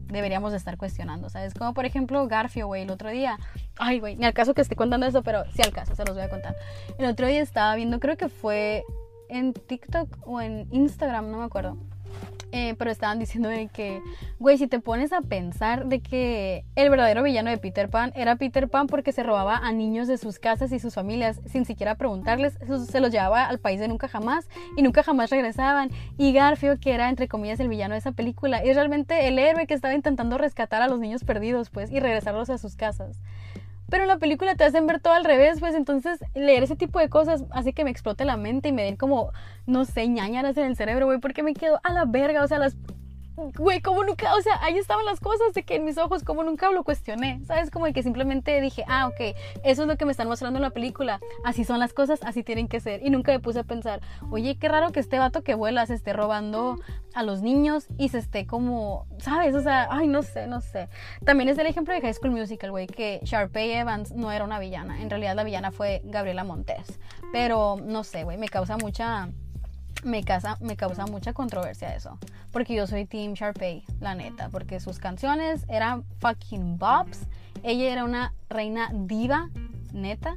deberíamos de estar cuestionando, ¿sabes? Como por ejemplo Garfio, güey, el otro día, ay, güey, ni al caso que esté contando eso, pero sí al caso, se los voy a contar. El otro día estaba viendo, creo que fue en TikTok o en Instagram, no me acuerdo. Eh, pero estaban diciendo de que, güey, si te pones a pensar de que el verdadero villano de Peter Pan era Peter Pan porque se robaba a niños de sus casas y sus familias sin siquiera preguntarles, se los llevaba al país de nunca jamás y nunca jamás regresaban. Y Garfio, que era entre comillas el villano de esa película, es realmente el héroe que estaba intentando rescatar a los niños perdidos, pues, y regresarlos a sus casas. Pero en la película te hacen ver todo al revés, pues entonces leer ese tipo de cosas hace que me explote la mente y me den como, no sé, ñañaras en el cerebro, güey, porque me quedo a la verga, o sea, las... Güey, como nunca, o sea, ahí estaban las cosas de que en mis ojos, como nunca lo cuestioné, ¿sabes? Como de que simplemente dije, ah, ok, eso es lo que me están mostrando en la película, así son las cosas, así tienen que ser. Y nunca me puse a pensar, oye, qué raro que este vato que vuela se esté robando a los niños y se esté como, ¿sabes? O sea, ay, no sé, no sé. También es el ejemplo de High School Musical, güey, que Sharpay Evans no era una villana, en realidad la villana fue Gabriela Montez, pero no sé, güey, me causa mucha... Me causa, me causa mucha controversia eso, porque yo soy Team Sharpay, la neta, porque sus canciones eran fucking bops, ella era una reina diva, neta,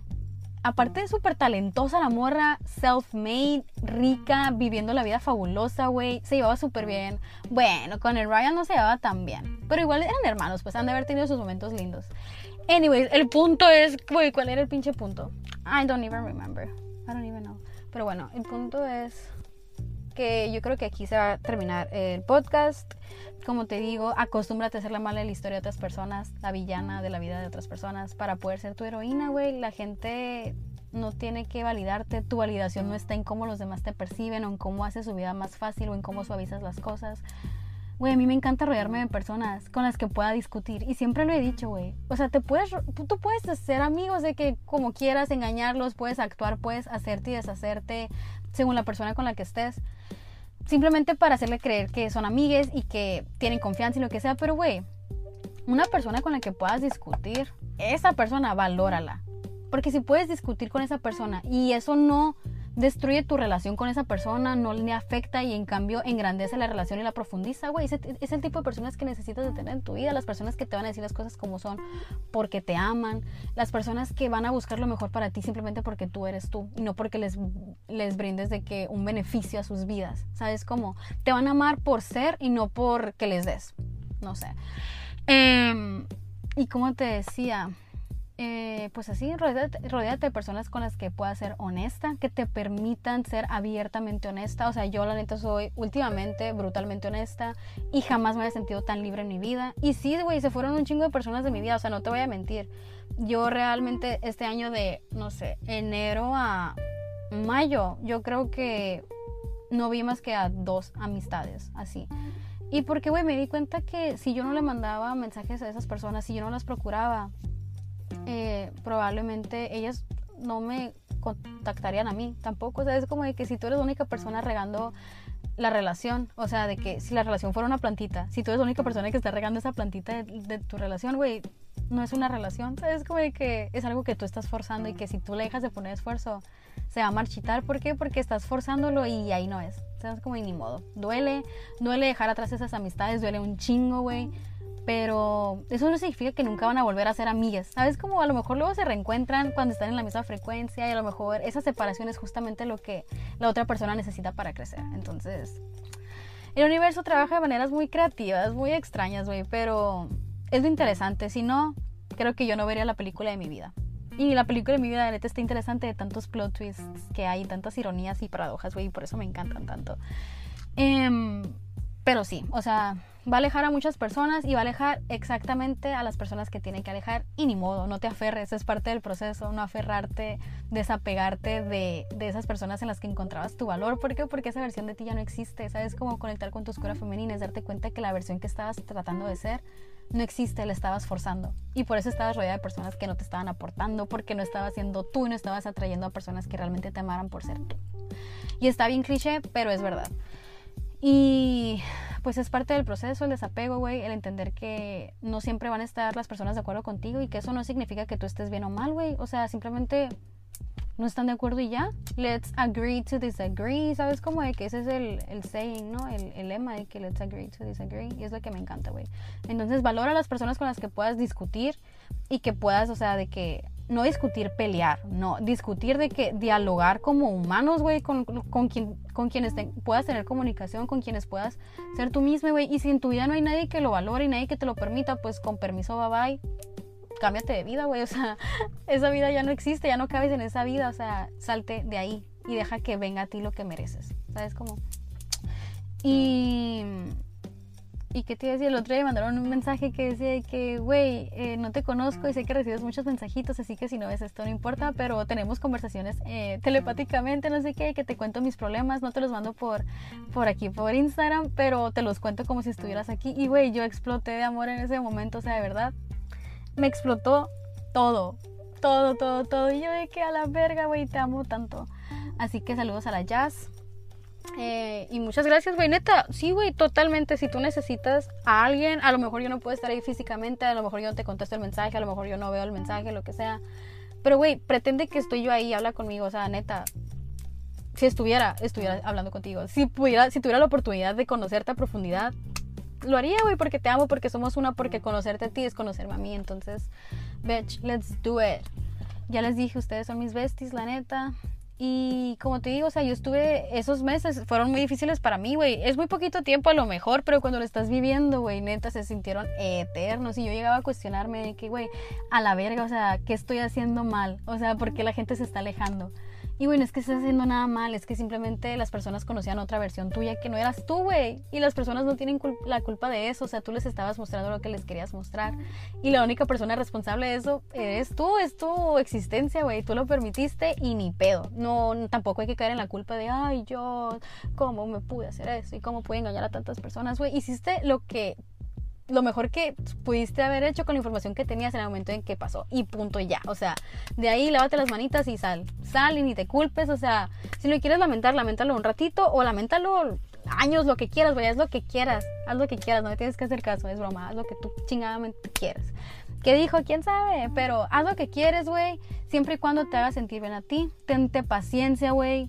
aparte de súper talentosa la morra, self-made, rica, viviendo la vida fabulosa, güey, se llevaba súper bien. Bueno, con el Ryan no se llevaba tan bien, pero igual eran hermanos, pues han de haber tenido sus momentos lindos. Anyways, el punto es, güey, ¿cuál era el pinche punto? I don't even remember, I don't even know. Pero bueno, el punto es que yo creo que aquí se va a terminar el podcast. Como te digo, acostúmbrate a ser la mala de la historia de otras personas, la villana de la vida de otras personas, para poder ser tu heroína, güey. La gente no tiene que validarte, tu validación no está en cómo los demás te perciben o en cómo haces su vida más fácil o en cómo suavizas las cosas. Güey, a mí me encanta rodearme de personas con las que pueda discutir. Y siempre lo he dicho, güey. O sea, te puedes, tú puedes hacer amigos de que como quieras, engañarlos, puedes actuar, puedes hacerte y deshacerte según la persona con la que estés. Simplemente para hacerle creer que son amigues y que tienen confianza y lo que sea. Pero, güey, una persona con la que puedas discutir, esa persona, valórala. Porque si puedes discutir con esa persona y eso no destruye tu relación con esa persona, no le afecta y en cambio engrandece la relación y la profundiza, güey. Es, es el tipo de personas que necesitas de tener en tu vida, las personas que te van a decir las cosas como son porque te aman, las personas que van a buscar lo mejor para ti simplemente porque tú eres tú y no porque les, les brindes de que un beneficio a sus vidas, ¿sabes cómo? Te van a amar por ser y no por que les des, no sé. Eh, y como te decía... Eh, pues así, rodéate, rodéate de personas con las que puedas ser honesta, que te permitan ser abiertamente honesta. O sea, yo la neta soy últimamente brutalmente honesta y jamás me había sentido tan libre en mi vida. Y sí, güey, se fueron un chingo de personas de mi vida, o sea, no te voy a mentir. Yo realmente este año de, no sé, enero a mayo, yo creo que no vi más que a dos amistades, así. Y porque, güey, me di cuenta que si yo no le mandaba mensajes a esas personas, si yo no las procuraba, Eh, probablemente ellas no me contactarían a mí tampoco. O sea, es como de que si tú eres la única persona regando la relación, o sea, de que si la relación fuera una plantita, si tú eres la única persona que está regando esa plantita de, de tu relación, güey, no es una relación. O sea, es como de que es algo que tú estás forzando y que si tú le dejas de poner esfuerzo se va a marchitar. ¿Por qué? Porque estás forzándolo y ahí no es. O sea, es como ni modo. Duele, duele dejar atrás esas amistades, duele un chingo, güey. Pero eso no significa que nunca van a volver a ser amigas, ¿sabes? Como a lo mejor luego se reencuentran cuando están en la misma frecuencia y a lo mejor esa separación es justamente lo que la otra persona necesita para crecer. Entonces, el universo trabaja de maneras muy creativas, muy extrañas, güey, pero es lo interesante. Si no, creo que yo no vería la película de mi vida. Y la película de mi vida, la neta, está interesante de tantos plot twists que hay, tantas ironías y paradojas, güey, y por eso me encantan tanto. Eh, pero sí, o sea... va a alejar a muchas personas y va a alejar exactamente a las personas que tienen que alejar y ni modo, no te aferres, es parte del proceso, no aferrarte, desapegarte de, de esas personas en las que encontrabas tu valor. ¿Por qué? Porque esa versión de ti ya no existe, ¿sabes? Cómo conectar con tu oscura femenina, es darte cuenta que la versión que estabas tratando de ser no existe, la estabas forzando y por eso estabas rodeada de personas que no te estaban aportando, porque no estabas siendo tú y no estabas atrayendo a personas que realmente te amaran por ser tú. Y está bien cliché, pero es verdad. Y pues es parte del proceso, el desapego, güey, el entender que no siempre van a estar las personas de acuerdo contigo y que eso no significa que tú estés bien o mal, güey. O sea, simplemente no están de acuerdo y ya. Let's agree to disagree. ¿Sabes cómo de que ese es el, el saying, ¿no? El, el lema de que let's agree to disagree. Y es lo que me encanta, güey. Entonces valora a las personas con las que puedas discutir y que puedas, o sea, de que no discutir, pelear, no, discutir de que dialogar como humanos, güey, con, con, quien, con quienes te, puedas tener comunicación, con quienes puedas ser tú mismo, güey. Y si en tu vida no hay nadie que lo valore y nadie que te lo permita, pues con permiso, bye bye. Cámbiate de vida, güey, o sea, esa vida ya no existe, ya no cabes en esa vida, o sea, salte de ahí y deja que venga a ti lo que mereces, ¿sabes cómo? Y... ¿Y qué te iba a decir? El otro día me mandaron un mensaje que decía que, güey, eh, no te conozco y sé que recibes muchos mensajitos, así que si no ves esto no importa, pero tenemos conversaciones eh, telepáticamente, no sé qué, que te cuento mis problemas, no te los mando por, por aquí, por Instagram, pero te los cuento como si estuvieras aquí. Y, güey, yo exploté de amor en ese momento, o sea, de verdad, me explotó todo, todo, todo, todo. Y yo de que a la verga, güey, te amo tanto. Así que saludos a la Jazz. Eh, y muchas gracias, güey, neta, sí, güey, totalmente. Si tú necesitas a alguien, a lo mejor yo no puedo estar ahí físicamente, a lo mejor yo no te contesto el mensaje, a lo mejor yo no veo el mensaje, lo que sea, pero, güey, pretende que estoy yo ahí, habla conmigo, o sea, neta, si estuviera, estuviera hablando contigo, si pudiera, si tuviera la oportunidad de conocerte a profundidad, lo haría, güey, porque te amo, porque somos una, porque conocerte a ti es conocerme a mí. Entonces, bitch, let's do it. Ya les dije, ustedes son mis besties, la neta. Y como te digo, o sea, yo estuve, esos meses fueron muy difíciles para mí, güey. Es muy poquito tiempo a lo mejor, pero cuando lo estás viviendo, güey, neta, se sintieron eternos. Y yo llegaba a cuestionarme de que, güey, a la verga, o sea, ¿qué estoy haciendo mal? O sea, ¿por qué la gente se está alejando? Y bueno, es que estás haciendo nada mal, es que simplemente las personas conocían otra versión tuya que no eras tú, güey. Y las personas no tienen cul- la culpa de eso, o sea, tú les estabas mostrando lo que les querías mostrar. Y la única persona responsable de eso eres tú, es tu existencia, güey. Tú lo permitiste y ni pedo. No, tampoco hay que caer en la culpa de, ay, yo, ¿cómo me pude hacer eso? ¿Y cómo pude engañar a tantas personas, güey? Hiciste lo que... lo mejor que pudiste haber hecho con la información que tenías en el momento en que pasó y punto ya, o sea, de ahí lávate las manitas y sal, sal y ni te culpes, o sea, si lo quieres lamentar, lamentalo un ratito o lamentalo años, lo que quieras, güey, haz lo que quieras, haz lo que quieras, no me tienes que hacer caso, es broma, haz lo que tú chingadamente quieras. ¿Qué dijo? ¿Quién sabe? Pero haz lo que quieres, güey, siempre y cuando te haga sentir bien a ti, tente paciencia, güey.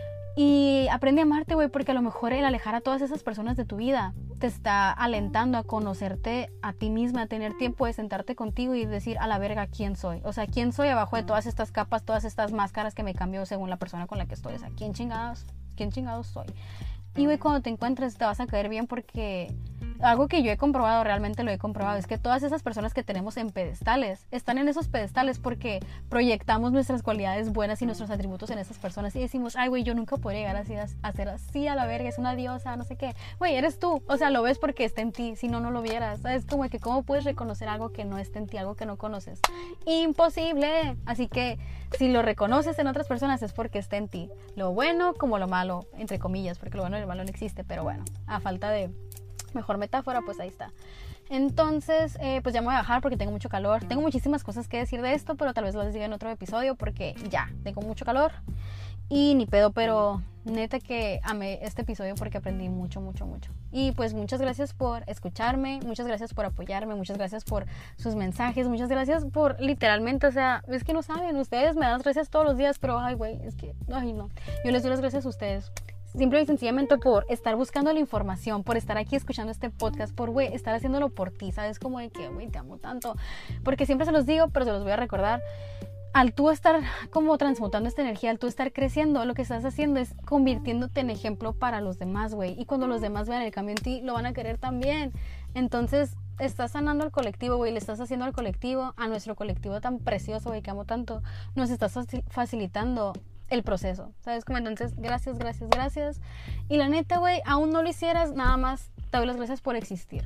Y aprende a amarte, güey, porque a lo mejor el alejar a todas esas personas de tu vida te está alentando a conocerte a ti misma, a tener tiempo de sentarte contigo y decir a la verga quién soy. O sea, quién soy abajo de todas estas capas, todas estas máscaras que me cambio según la persona con la que estoy. O sea, quién chingados, quién chingados soy. Y, güey, cuando te encuentres te vas a caer bien porque... algo que yo he comprobado, realmente lo he comprobado, es que todas esas personas que tenemos en pedestales están en esos pedestales porque proyectamos nuestras cualidades buenas y nuestros atributos en esas personas y decimos, ay, güey, yo nunca podría llegar así a, a ser así a la verga, es una diosa, no sé qué. Güey, eres tú, o sea, lo ves porque está en ti, si no, no lo vieras. Es como que cómo puedes reconocer algo que no está en ti, algo que no conoces. Imposible. Así que si lo reconoces en otras personas es porque está en ti. Lo bueno como lo malo, entre comillas, porque lo bueno y lo malo no existe, pero bueno, a falta de mejor metáfora, pues ahí está. Entonces, eh, pues ya me voy a bajar porque tengo mucho calor. Tengo muchísimas cosas que decir de esto, pero tal vez lo les diga en otro episodio porque ya, tengo mucho calor. Y ni pedo, pero neta que amé este episodio porque aprendí mucho, mucho, mucho. Y pues muchas gracias por escucharme, muchas gracias por apoyarme, muchas gracias por sus mensajes, muchas gracias por literalmente, o sea, es que no saben, ustedes me dan gracias todos los días, pero ay, güey, es que, ay, no. Yo les doy las gracias a ustedes. Simple y sencillamente por estar buscando la información, por estar aquí escuchando este podcast, por, güey, estar haciéndolo por ti, ¿sabes? Como de que, güey, te amo tanto. Porque siempre se los digo, pero se los voy a recordar. Al tú estar como transmutando esta energía, al tú estar creciendo, lo que estás haciendo es convirtiéndote en ejemplo para los demás, güey. Y cuando los demás vean el cambio en ti, lo van a querer también. Entonces, estás sanando al colectivo, güey, le estás haciendo al colectivo, a nuestro colectivo tan precioso, güey, que amo tanto, nos estás facilitando el proceso, ¿sabes? Como entonces, gracias, gracias, gracias. Y la neta, güey, aún no lo hicieras, nada más te doy las gracias por existir.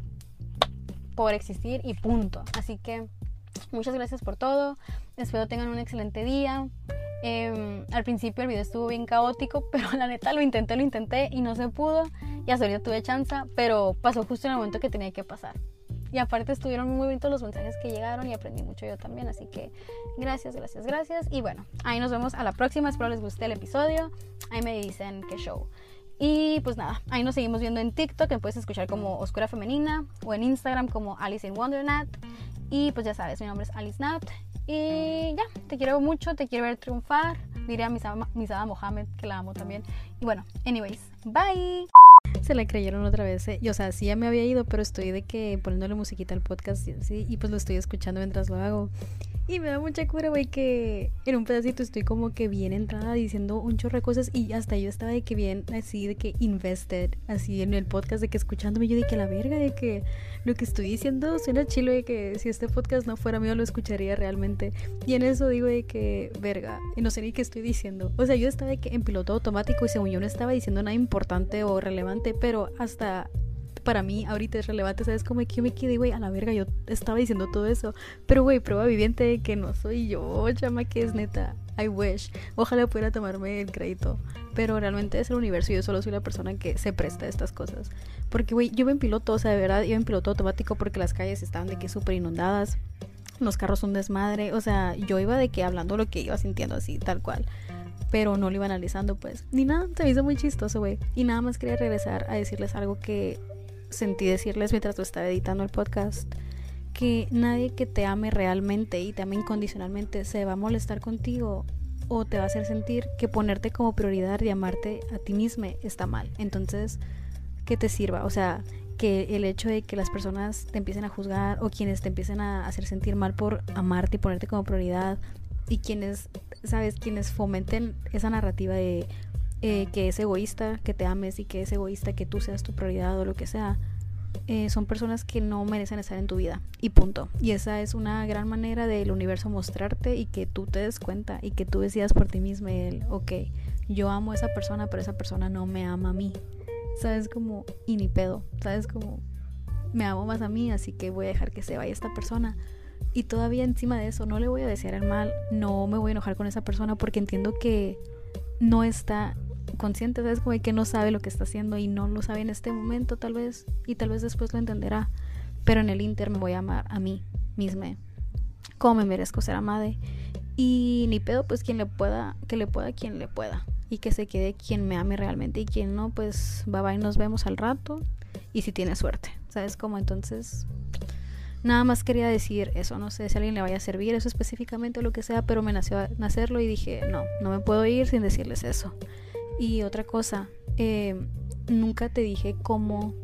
Por existir y punto. Así que, muchas gracias por todo. Espero tengan un excelente día. Eh, al principio el video estuvo bien caótico, pero la neta lo intenté, lo intenté y no se pudo. Y hasta ahorita tuve chance, pero pasó justo en el momento que tenía que pasar. Y aparte estuvieron muy bonitos los mensajes que llegaron y aprendí mucho yo también. Así que gracias, gracias, gracias. Y bueno, ahí nos vemos a la próxima. Espero les guste el episodio. Ahí me dicen qué show. Y pues nada, ahí nos seguimos viendo en TikTok, que puedes escuchar como Oscura Femenina, o en Instagram como Alice in Wondernat. Y pues ya sabes, mi nombre es Alice Nat. Y ya, te quiero mucho, te quiero ver triunfar. Diría Misada, Misada Mohamed, que la amo también. Y bueno, anyways, bye. Se la creyeron otra vez, ¿eh? Y, o sea, sí ya me había ido, pero estoy de que poniéndole musiquita al podcast, ¿sí? Y pues lo estoy escuchando mientras lo hago. Y me da mucha cura, güey, que en un pedacito estoy como que bien entrada diciendo un chorro de cosas. Y hasta yo estaba de que bien así, de que invested, así en el podcast, de que escuchándome. Yo de que la verga, de que lo que estoy diciendo suena chilo, de que si este podcast no fuera mío lo escucharía realmente. Y en eso digo de que, verga, y no sé ni qué estoy diciendo. O sea, yo estaba de que en piloto automático y según yo no estaba diciendo nada importante o relevante, pero hasta... para mí ahorita es relevante, ¿sabes? Como que yo me quedé, güey, a la verga, yo estaba diciendo todo eso, pero güey, prueba viviente de que no soy yo, chama, que es neta, I wish, ojalá pudiera tomarme el crédito, pero realmente es el universo y yo solo soy la persona que se presta a estas cosas, porque güey, yo iba en piloto, o sea, de verdad, iba en piloto automático porque las calles estaban de que súper inundadas, los carros un desmadre, o sea, yo iba de que hablando lo que iba sintiendo así, tal cual, pero no lo iba analizando, pues, ni nada, se me hizo muy chistoso, güey, y nada más quería regresar a decirles algo que sentí decirles mientras lo estaba editando el podcast, que nadie que te ame realmente y te ame incondicionalmente se va a molestar contigo o te va a hacer sentir que ponerte como prioridad y amarte a ti misma está mal. Entonces, que te sirva, o sea, que el hecho de que las personas te empiecen a juzgar o quienes te empiecen a hacer sentir mal por amarte y ponerte como prioridad, y quienes, sabes, quienes fomenten esa narrativa de Eh, que es egoísta que te ames y que es egoísta que tú seas tu prioridad o lo que sea, eh, son personas que no merecen estar en tu vida y punto. Y esa es una gran manera del universo mostrarte y que tú te des cuenta y que tú decidas por ti misma el, ok, yo amo a esa persona, pero esa persona no me ama a mí, sabes, como, y ni pedo, sabes, como, me amo más a mí, así que voy a dejar que se vaya esta persona. Y todavía encima de eso no le voy a desear el mal, no me voy a enojar con esa persona porque entiendo que no está consciente, ¿sabes? Como que no sabe lo que está haciendo y no lo sabe en este momento tal vez, y tal vez después lo entenderá, pero en el inter me voy a amar a mí misma como me merezco ser amada, y ni pedo, pues quien le pueda, que le pueda quien le pueda, y que se quede quien me ame realmente, y quien no, pues bye bye, nos vemos al rato, y si tiene suerte, ¿sabes? Como entonces... Nada más quería decir eso, no sé si a alguien le vaya a servir eso específicamente o lo que sea, pero me nació hacerlo y dije, no, no me puedo ir sin decirles eso. Y otra cosa, eh, nunca te dije cómo,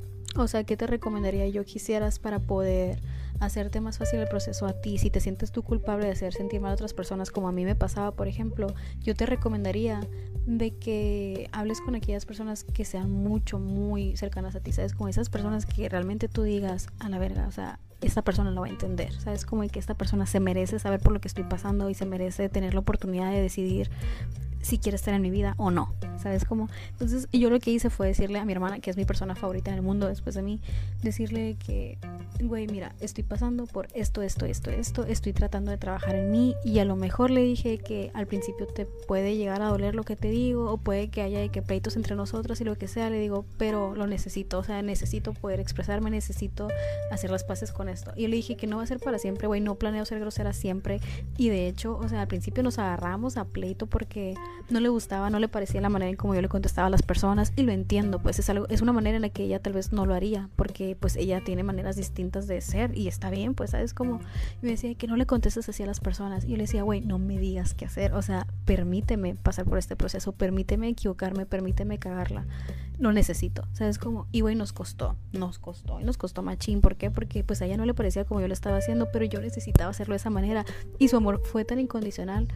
o sea, qué te recomendaría yo que hicieras para poder hacerte más fácil el proceso a ti. Si te sientes tú culpable de hacer sentir mal a otras personas, como a mí me pasaba, por ejemplo, yo te recomendaría de que hables con aquellas personas que sean mucho, muy cercanas a ti, ¿sabes? Como esas personas que realmente tú digas, a la verga, o sea, esta persona lo va a entender, ¿sabes? Como que esta persona se merece saber por lo que estoy pasando y se merece tener la oportunidad de decidir si quiere estar en mi vida o no, ¿sabes? Como, entonces yo lo que hice fue decirle a mi hermana, que es mi persona favorita en el mundo después de mí, decirle que, güey, mira, estoy pasando por esto, esto, esto, esto, estoy tratando de trabajar en mí, y a lo mejor le dije que al principio te puede llegar a doler lo que te digo, o puede que haya que pleitos entre nosotros y lo que sea, le digo, pero lo necesito, o sea, necesito poder expresarme, necesito hacer las paces con esto. Y le dije que no va a ser para siempre, güey, no planeo ser grosera siempre, y de hecho, o sea, al principio nos agarramos a pleito porque no le gustaba, no le parecía la manera en como yo le contestaba a las personas, y lo entiendo, pues es algo, es una manera en la que ella tal vez no lo haría, porque pues ella tiene maneras distintas de ser, y está bien, pues, ¿sabes? Como, y me decía que no le contestes así a las personas, y yo le decía, güey, no me digas qué hacer, o sea, permíteme pasar por este proceso, permíteme equivocarme, permíteme cagarla, lo necesito, ¿sabes? Como, y güey, nos costó, nos costó, y nos costó machín, ¿por qué? Porque pues a ella no le parecía como yo lo estaba haciendo, pero yo necesitaba hacerlo de esa manera, y su amor fue tan incondicional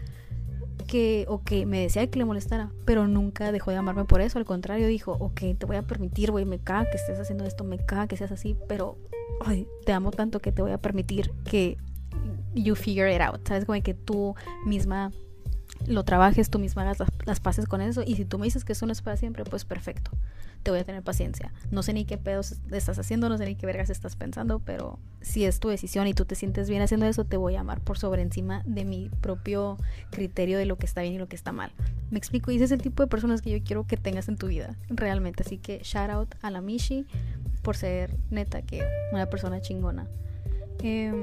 que, ok, me decía que le molestara, pero nunca dejó de amarme por eso, al contrario, dijo, ok, te voy a permitir, güey, me caga que estés haciendo esto, me caga que seas así, pero, ay, te amo tanto que te voy a permitir que you figure it out, ¿sabes? Como que tú misma lo trabajes, tú misma hagas las, las paces con eso, y si tú me dices que eso no es para siempre, pues perfecto, te voy a tener paciencia, no sé ni qué pedos estás haciendo, no sé ni qué vergas estás pensando, pero si es tu decisión y tú te sientes bien haciendo eso, te voy a amar por sobre encima de mi propio criterio de lo que está bien y lo que está mal. Me explico, y ese es el tipo de personas que yo quiero que tengas en tu vida, realmente, así que shout out a la Mishi por ser neta que una persona chingona. eh,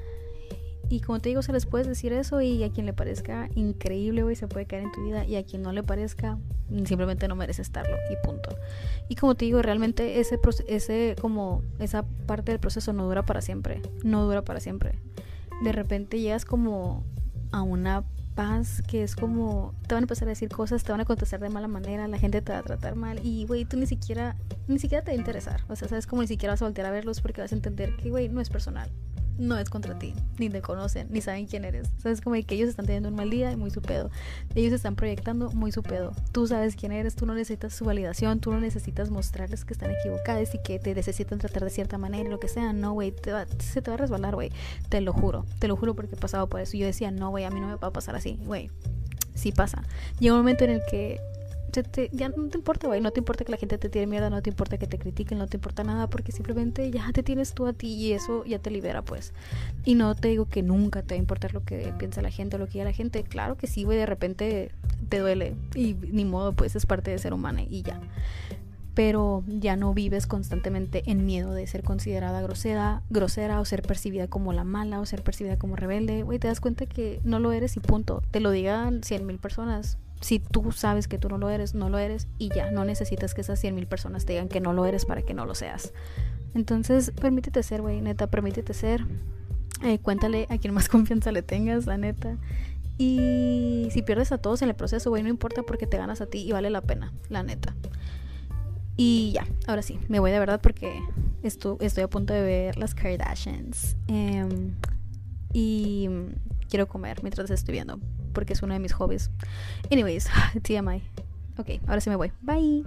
Y como te digo, se les puedes decir eso, y a quien le parezca increíble, güey, se puede caer en tu vida, y a quien no le parezca, simplemente no merece estarlo, y punto. Y como te digo, realmente ese, ese como esa parte del proceso no dura para siempre, no dura para siempre. De repente llegas como a una paz, que es como te van a empezar a decir cosas, te van a contestar de mala manera, la gente te va a tratar mal y güey, tú ni siquiera ni siquiera te va a interesar, o sea, sabes, como ni siquiera vas a voltear a verlos porque vas a entender que güey, no es personal, no es contra ti, ni te conocen, ni saben quién eres, sabes, como que ellos están teniendo un mal día y muy su pedo, ellos están proyectando muy su pedo, tú sabes quién eres, tú no necesitas su validación, tú no necesitas mostrarles que están equivocadas y que te necesitan tratar de cierta manera y lo que sea, no güey, te va, se te va a resbalar güey, te lo juro, te lo juro porque he pasado por eso, yo decía no güey, a mí no me va a pasar así, güey, sí pasa, llega un momento en el que Te, te, ya no te importa, güey, no te importa que la gente te tire mierda, no te importa que te critiquen, no te importa nada, porque simplemente ya te tienes tú a ti y eso ya te libera, pues. Y no te digo que nunca te va a importar lo que piensa la gente o lo que diga la gente, claro que sí, güey, de repente te duele y ni modo, pues es parte de ser humana y ya. Pero ya no vives constantemente en miedo de ser considerada grosera, grosera o ser percibida como la mala o ser percibida como rebelde, güey, te das cuenta que no lo eres y punto, te lo digan cien mil personas. Si tú sabes que tú no lo eres, no lo eres y ya, no necesitas que esas cien mil personas te digan que no lo eres para que no lo seas. Entonces, permítete ser, güey, neta, permítete ser. Eh, cuéntale a quien más confianza le tengas, la neta. Y si pierdes a todos en el proceso, güey, no importa porque te ganas a ti y vale la pena, la neta. Y ya, ahora sí, me voy de verdad porque esto, estoy a punto de ver las Kardashians. Eh, y quiero comer mientras las estoy viendo porque es uno de mis hobbies. Anyways, T M I. Ok, ahora sí me voy. Bye.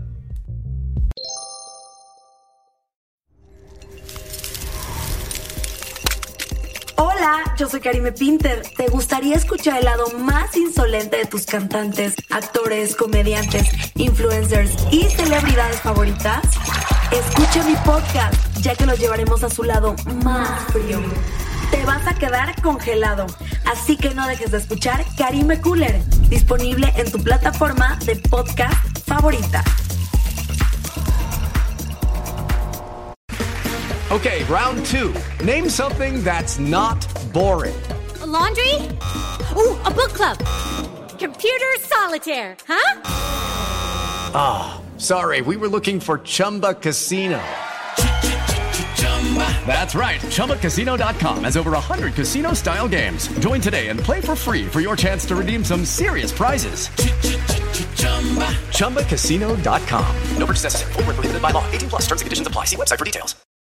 Hola, yo soy Karime Pinter. ¿Te gustaría escuchar el lado más insolente de tus cantantes, actores, comediantes, influencers y celebridades favoritas? Escucha mi podcast, ya que los llevaremos a su lado más frío. Te vas a quedar congelado, así que no dejes de escuchar Karime Cooler, disponible en tu plataforma de podcast favorita. Okay, round two. Name something that's not boring. A laundry? Ooh, a book club. Computer solitaire, huh? Ah, oh, sorry, we were looking for Chumba Casino. That's right, Chumba Casino dot com has over one hundred casino-style games. Join today and play for free for your chance to redeem some serious prizes. Chumba Casino dot com. No purchase necessary. Void where prohibited by law. eighteen plus terms and conditions apply. See website for details.